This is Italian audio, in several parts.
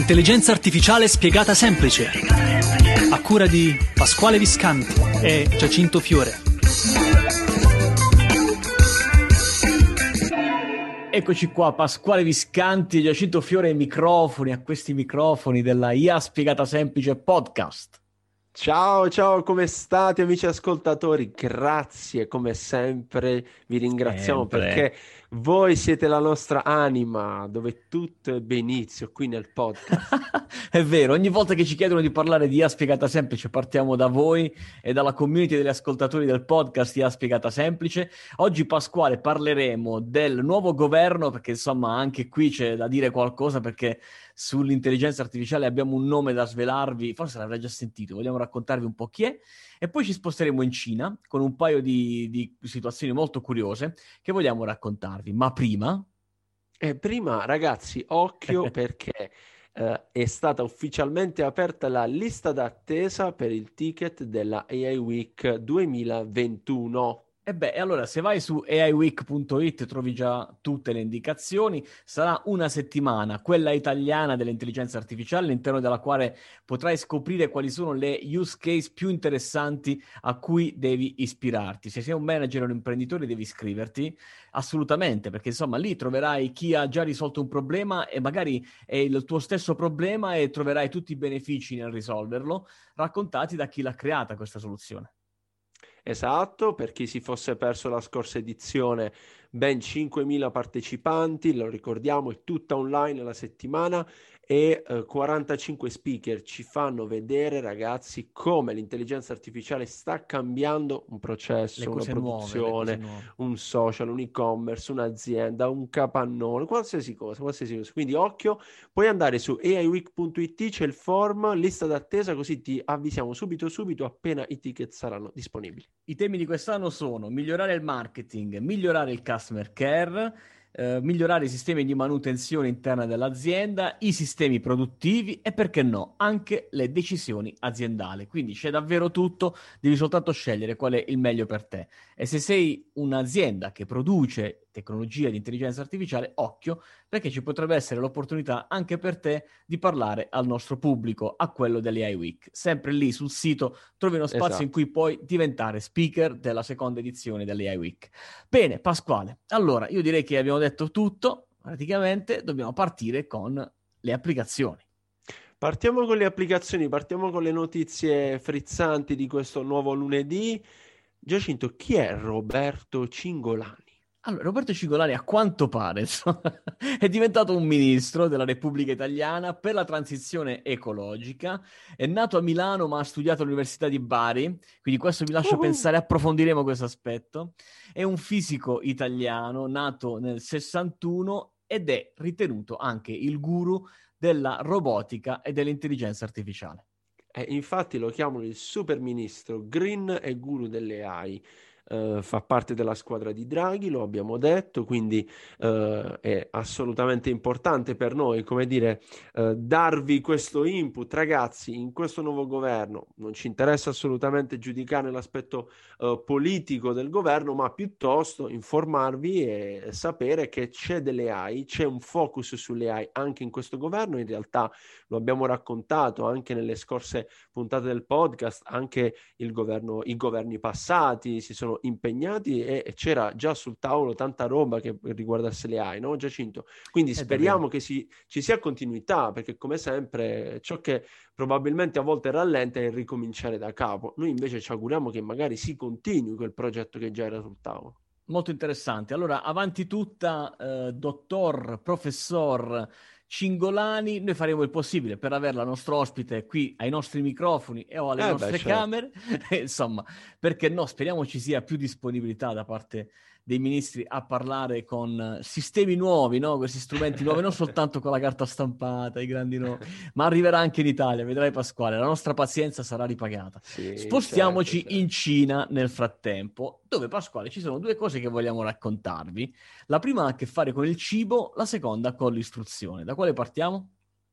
Intelligenza artificiale spiegata semplice, a cura di Pasquale Viscanti e Giacinto Fiore. Eccoci qua, Pasquale Viscanti e Giacinto Fiore ai microfoni, a questi microfoni della IA Spiegata Semplice podcast. Ciao, come state amici ascoltatori? Grazie, come sempre vi ringraziamo perché voi siete la nostra anima, dove tutto ebbe inizio, qui nel podcast. È vero, ogni volta che ci chiedono di parlare di IA Spiegata Semplice partiamo da voi e dalla community degli ascoltatori del podcast IA Spiegata Semplice. Oggi, Pasquale, parleremo del nuovo governo, perché insomma anche qui c'è da dire qualcosa, perché sull'intelligenza artificiale abbiamo un nome da svelarvi, forse l'avrei già sentito, vogliamo raccontarvi un po' chi è, e poi ci sposteremo in Cina con un paio di situazioni molto curiose che vogliamo raccontarvi. Ma prima... Prima, ragazzi, occhio perché è stata ufficialmente aperta la lista d'attesa per il ticket della AI Week 2021. E allora se vai su aiweek.it trovi già tutte le indicazioni. Sarà una settimana, quella italiana dell'intelligenza artificiale, all'interno della quale potrai scoprire quali sono le use case più interessanti a cui devi ispirarti. Se sei un manager o un imprenditore devi iscriverti, assolutamente, perché insomma lì troverai chi ha già risolto un problema e magari è il tuo stesso problema e troverai tutti i benefici nel risolverlo, raccontati da chi l'ha creata questa soluzione. Esatto, per chi si fosse perso la scorsa edizione, ben 5.000 partecipanti, lo ricordiamo, è tutta online la settimana e 45 speaker ci fanno vedere, ragazzi, come l'intelligenza artificiale sta cambiando un processo, una produzione, un social, un e-commerce, un'azienda, un capannone, qualsiasi cosa. Quindi occhio, puoi andare su aiweek.it, c'è il form, lista d'attesa, così ti avvisiamo subito appena i ticket saranno disponibili. I temi di quest'anno sono migliorare il marketing, migliorare il customer care, migliorare i sistemi di manutenzione interna dell'azienda, i sistemi produttivi e, perché no, anche le decisioni aziendali. Quindi c'è davvero tutto, devi soltanto scegliere qual è il meglio per te. E se sei un'azienda che produce tecnologia di intelligenza artificiale, occhio, perché ci potrebbe essere l'opportunità anche per te di parlare al nostro pubblico, a quello dell'AI Week. Sempre lì sul sito trovi uno spazio in cui puoi diventare speaker della seconda edizione dell'AI Week. Bene, Pasquale, allora io direi che abbiamo detto tutto, praticamente dobbiamo partire con le applicazioni. Partiamo con le applicazioni, partiamo con le notizie frizzanti di questo nuovo lunedì. Giacinto, chi è Roberto Cingolani? Allora, Roberto Cingolani, a quanto pare, è diventato un ministro della Repubblica Italiana per la transizione ecologica. È nato a Milano, ma ha studiato all'Università di Bari, quindi questo vi lascia pensare, approfondiremo questo aspetto. È un fisico italiano, nato nel 61 ed è ritenuto anche il guru della robotica e dell'intelligenza artificiale. Infatti lo chiamano il super ministro green e guru delle AI. Fa parte della squadra di Draghi, lo abbiamo detto, quindi è assolutamente importante per noi, come dire, darvi questo input, ragazzi. In questo nuovo governo non ci interessa assolutamente giudicare l'aspetto politico del governo, ma piuttosto informarvi e sapere che c'è delle AI, c'è un focus sulle AI anche in questo governo. In realtà lo abbiamo raccontato anche nelle scorse puntate del podcast, anche i governi passati si sono impegnati e c'era già sul tavolo tanta roba che riguardasse le AI, no Giacinto? Quindi speriamo che ci sia continuità, perché come sempre ciò che probabilmente a volte rallenta è il ricominciare da capo. Noi invece ci auguriamo che magari si continui quel progetto che già era sul tavolo. Molto interessante. Allora, avanti tutta, dottor, professor Cingolani, noi faremo il possibile per averla nostro ospite qui ai nostri microfoni e o alle nostre camere. Insomma, perché no, speriamo ci sia più disponibilità da parte dei ministri a parlare con sistemi nuovi, no? Questi strumenti nuovi, non soltanto con la carta stampata, i grandi no, ma arriverà anche in Italia, vedrai Pasquale, la nostra pazienza sarà ripagata. Sì, Spostiamoci certo. in Cina nel frattempo, dove Pasquale ci sono due cose che vogliamo raccontarvi. La prima ha a che fare con il cibo, la seconda con l'istruzione. Da quale partiamo?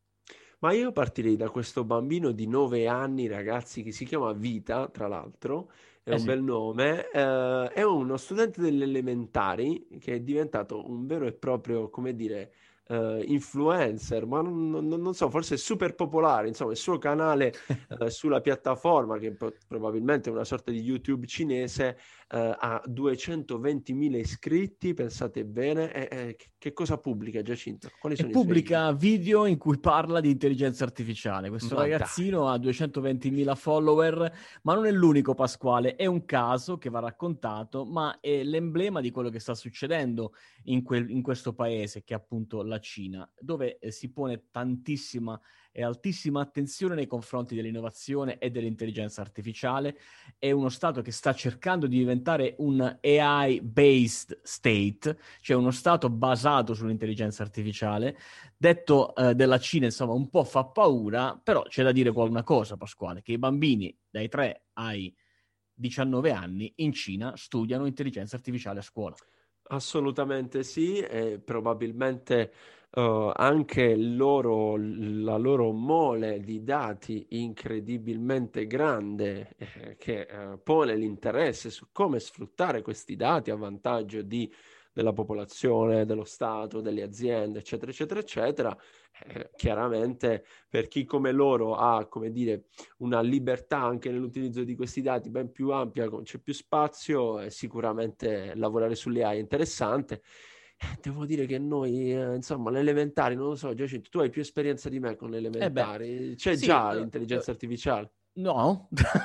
Ma io partirei da questo bambino di 9 anni, ragazzi, che si chiama Vita, tra l'altro, è un bel nome, è uno studente delle elementari che è diventato un vero e proprio, come dire, influencer, ma non so, forse è super popolare, insomma, il suo canale sulla piattaforma, che probabilmente è una sorta di YouTube cinese, ha 220.000 iscritti, pensate bene, che cosa pubblica, Giacinto? Quali E sono i suoi... pubblica video in cui parla di intelligenza artificiale. Questo Ma dai, ragazzino ha 220.000 follower, ma non è l'unico, Pasquale. È un caso che va raccontato, ma è l'emblema di quello che sta succedendo in questo paese, che è appunto la Cina, dove si pone tantissima e altissima attenzione nei confronti dell'innovazione e dell'intelligenza artificiale. È uno Stato che sta cercando di diventare un AI-based state, cioè uno Stato basato sull'intelligenza artificiale. Detto della Cina, insomma, un po' fa paura, però c'è da dire una cosa, Pasquale, che i bambini dai 3 ai 19 anni in Cina studiano intelligenza artificiale a scuola. assolutamente sì, e probabilmente anche la loro mole di dati incredibilmente grande, che pone l'interesse su come sfruttare questi dati a vantaggio della popolazione, dello Stato, delle aziende, eccetera, eccetera, eccetera. Chiaramente per chi come loro ha, come dire, una libertà anche nell'utilizzo di questi dati ben più ampia, c'è più spazio, e sicuramente lavorare sulle AI è interessante. Devo dire che noi, insomma, le elementari, non lo so, Giacinto, tu hai più esperienza di me con le Eh beh, elementari. C'è sì, già l'intelligenza artificiale? no,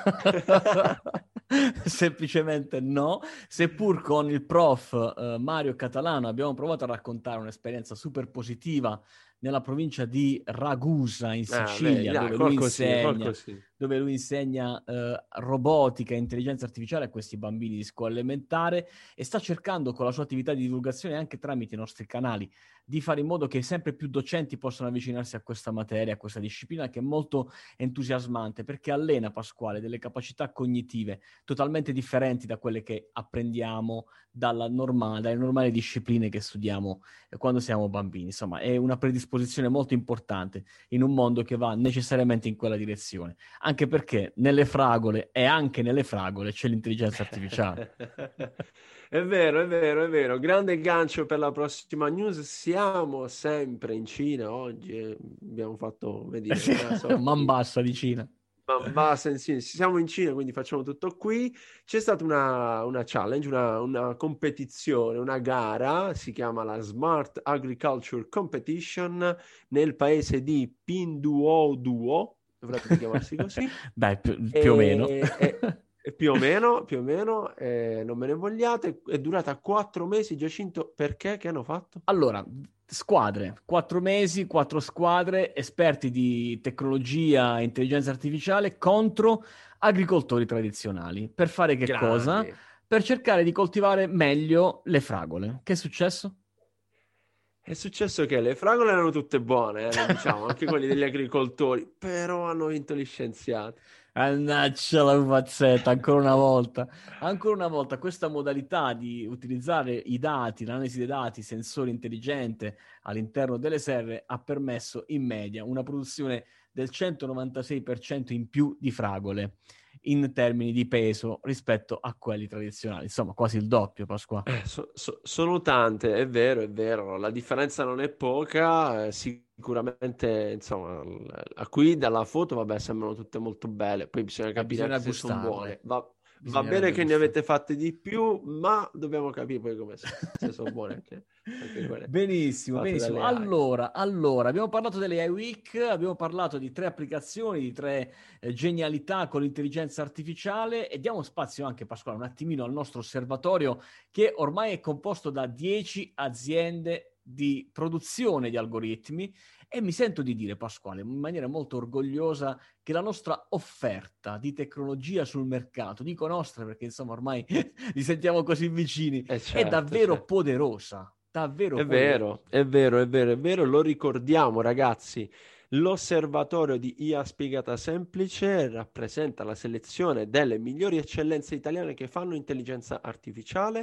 semplicemente no, seppur con il prof Mario Catalano abbiamo provato a raccontare un'esperienza super positiva nella provincia di Ragusa in Ah, vedi, Sicilia, dai, qualcosina, qualcosina. dove lui insegna robotica e intelligenza artificiale a questi bambini di scuola elementare e sta cercando con la sua attività di divulgazione anche tramite i nostri canali di fare in modo che sempre più docenti possano avvicinarsi a questa materia, a questa disciplina che è molto entusiasmante perché allena, Pasquale, delle capacità cognitive totalmente differenti da quelle che apprendiamo dalle normali discipline che studiamo quando siamo bambini. Insomma, è una predisposizione molto importante in un mondo che va necessariamente in quella direzione, anche perché nelle fragole e anche nelle fragole c'è l'intelligenza artificiale. È vero, è vero, è vero. Grande gancio per la prossima news. Siamo sempre in Cina oggi. Abbiamo fatto, vedi, una sorta Man di bassa di Cina. basta insieme. Siamo in Cina, quindi facciamo tutto qui. C'è stata una challenge, una competizione, una gara, si chiama la Smart Agriculture Competition nel paese di Pinduoduo, dovrebbe chiamarsi così. Beh, più o meno. Più o meno, non me ne vogliate. È durata 4 mesi, Giacinto. Perché? Che hanno fatto? Allora, squadre, 4 mesi, 4 squadre, esperti di tecnologia e intelligenza artificiale contro agricoltori tradizionali. Per fare che cosa? Grande. Per cercare di coltivare meglio le fragole. Che è successo? È successo che le fragole erano tutte buone, lo diciamo, anche quelli degli agricoltori, però hanno vinto gli scienziati. Mannaggia la pupazzetta, ancora una volta. Ancora una volta, questa modalità di utilizzare i dati, l'analisi dei dati, sensori intelligente all'interno delle serre ha permesso in media una produzione del 196% in più di fragole in termini di peso rispetto a quelli tradizionali. Insomma, quasi il doppio, Pasqua. Sono tante, è vero, la differenza non è poca, sicuramente, insomma, qui dalla foto, vabbè, sembrano tutte molto belle, poi bisogna capire Bisognerà anche se sono buone. gustarle. Va bene Bisognerebbe che ne gustare. avete fatte di più, ma dobbiamo capire poi come sono, se sono buone anche quelle Benissimo, fatte benissimo. dalle AI. Allora, abbiamo parlato delle AI Week, abbiamo parlato di 3 applicazioni, di 3 genialità con l'intelligenza artificiale e diamo spazio anche, Pasquale, un attimino al nostro osservatorio che ormai è composto da 10 aziende di produzione di algoritmi e mi sento di dire, Pasquale, in maniera molto orgogliosa, che la nostra offerta di tecnologia sul mercato, dico nostra perché insomma ormai li sentiamo così vicini, è Certo, davvero certo. poderosa. Davvero È poderosa. vero, è vero, è vero, è vero, lo ricordiamo ragazzi, l'osservatorio di IA Spiegata Semplice rappresenta la selezione delle migliori eccellenze italiane che fanno intelligenza artificiale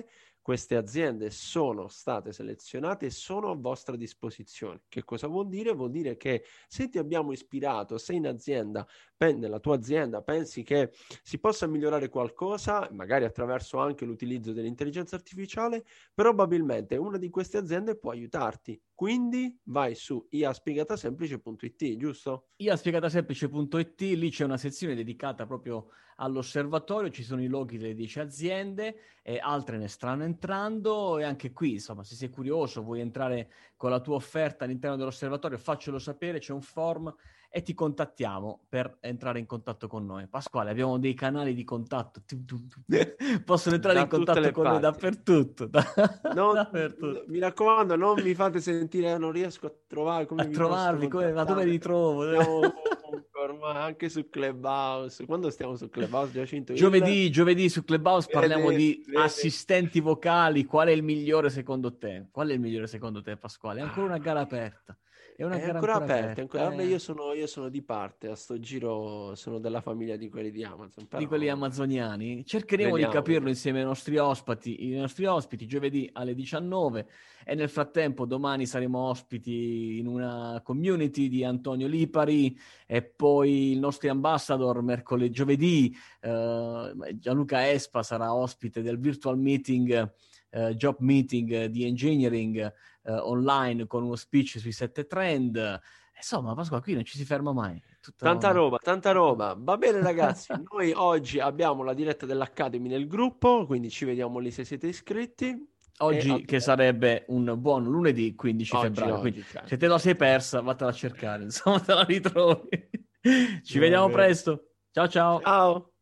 queste aziende sono state selezionate e sono a vostra disposizione. Che cosa vuol dire? Vuol dire che se ti abbiamo ispirato, sei in azienda, nella tua azienda pensi che si possa migliorare qualcosa, magari attraverso anche l'utilizzo dell'intelligenza artificiale, probabilmente una di queste aziende può aiutarti. Quindi vai su iaspiegatasemplice.it, giusto? iaspiegatasemplice.it, lì c'è una sezione dedicata proprio all'osservatorio, ci sono i loghi delle 10 aziende, e altre ne stanno entrando, e anche qui, insomma, se sei curioso, vuoi entrare con la tua offerta all'interno dell'osservatorio, faccelo sapere, c'è un form e ti contattiamo per entrare in contatto con noi. Pasquale, abbiamo dei canali di contatto, possono entrare in contatto con noi dappertutto, dappertutto. Mi raccomando, non mi fate sentire, non riesco a trovare come a trovarvi, ma dove li trovo? Ormai anche su Clubhouse. Quando stiamo su Clubhouse, Giacinto? Giovedì su Clubhouse parliamo di assistenti vocali. Qual è il migliore secondo te? Qual è il migliore secondo te, Pasquale? È ancora una gara aperta. È ancora aperta. Vabbè, io sono di parte, a sto giro sono della famiglia di quelli di Amazon. Però... Di quelli amazoniani. Cercheremo di capirlo insieme ai nostri ospiti giovedì alle 19, e nel frattempo domani saremo ospiti in una community di Antonio Lipari, e poi il nostro ambassador giovedì Gianluca Espa sarà ospite del virtual meeting, job meeting di engineering online, con uno speech sui 7 trend. Insomma, Pasqua, qui non ci si ferma mai. Tanta roba. Va bene, ragazzi. Noi oggi abbiamo la diretta dell'Academy nel gruppo, quindi ci vediamo lì se siete iscritti. Oggi, che sarebbe un buon lunedì 15 febbraio. Quindi, se te la sei persa, vattela a cercare. Insomma, te la ritrovi. Ci vediamo presto. Ciao. Ciao.